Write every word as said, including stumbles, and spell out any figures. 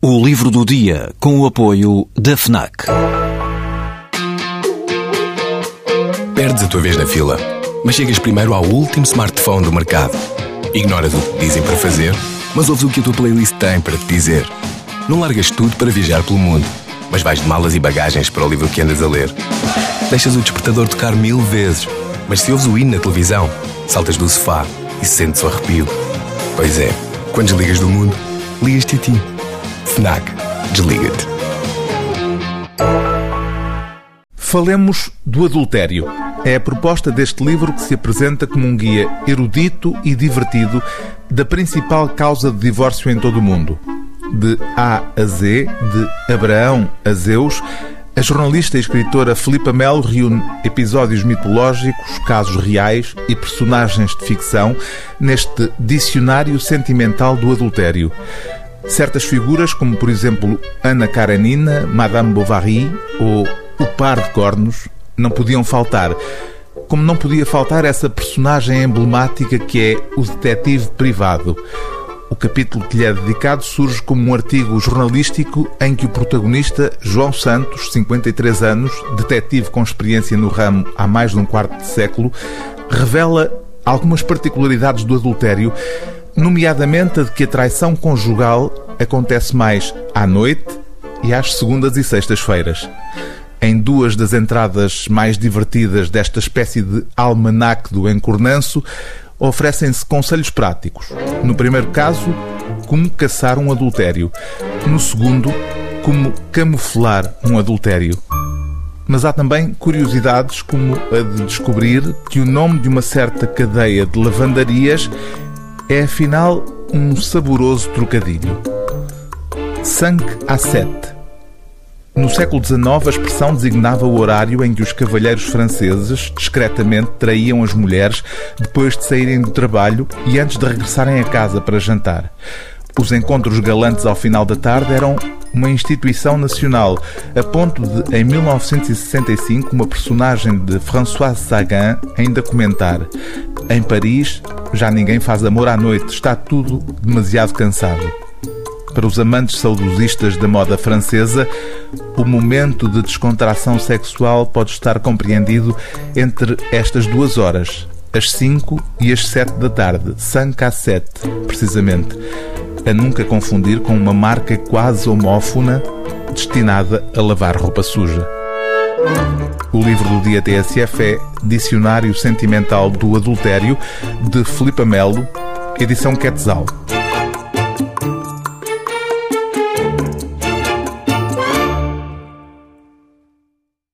O livro do dia, com o apoio da FNAC. Perdes a tua vez na fila, mas chegas primeiro ao último smartphone do mercado. Ignoras o que te dizem para fazer, mas ouves o que a tua playlist tem para te dizer. Não largas tudo para viajar pelo mundo, mas vais de malas e bagagens para o livro que andas a ler. Deixas o despertador tocar mil vezes, mas se ouves o hino na televisão, saltas do sofá e sentes o arrepio. Pois é, quando desligas do mundo, ligas-te a ti. FNAC. Desliga-te. Falemos do adultério. É a proposta deste livro que se apresenta como um guia erudito e divertido da principal causa de divórcio em todo o mundo. De A a Z, de Abraão a Zeus, a jornalista e escritora Filipa Melo reúne episódios mitológicos, casos reais e personagens de ficção neste dicionário sentimental do adultério. Certas figuras, como por exemplo Ana Karenina, Madame Bovary ou o Par de Cornos, não podiam faltar. Como não podia faltar essa personagem emblemática que é o detetive privado. O capítulo que lhe é dedicado surge como um artigo jornalístico em que o protagonista, João Santos, cinquenta e três anos, detetive com experiência no ramo há mais de um quarto de século, revela algumas particularidades do adultério, nomeadamente a de que a traição conjugal acontece mais à noite e às segundas e sextas-feiras. Em duas das entradas mais divertidas desta espécie de almanaque do encornanço, oferecem-se conselhos práticos. No primeiro caso, como caçar um adultério. No segundo, como camuflar um adultério. Mas há também curiosidades como a de descobrir que o nome de uma certa cadeia de lavandarias é afinal um saboroso trocadilho. Cinq à sete. No século dezenove, a expressão designava o horário em que os cavalheiros franceses discretamente traíam as mulheres depois de saírem do trabalho e antes de regressarem a casa para jantar. Os encontros galantes ao final da tarde eram uma instituição nacional, a ponto de, em mil novecentos e sessenta e cinco, uma personagem de Françoise Sagan ainda comentar: em Paris já ninguém faz amor à noite, está tudo demasiado cansado. Para os amantes saudosistas da moda francesa, o momento de descontração sexual pode estar compreendido entre estas duas horas, as cinco e as sete da tarde, cinq à sete, precisamente, a nunca confundir com uma marca quase homófona destinada a lavar roupa suja. O livro do dia T S F é Dicionário Sentimental do Adultério, de Filipa Melo, edição Quetzal.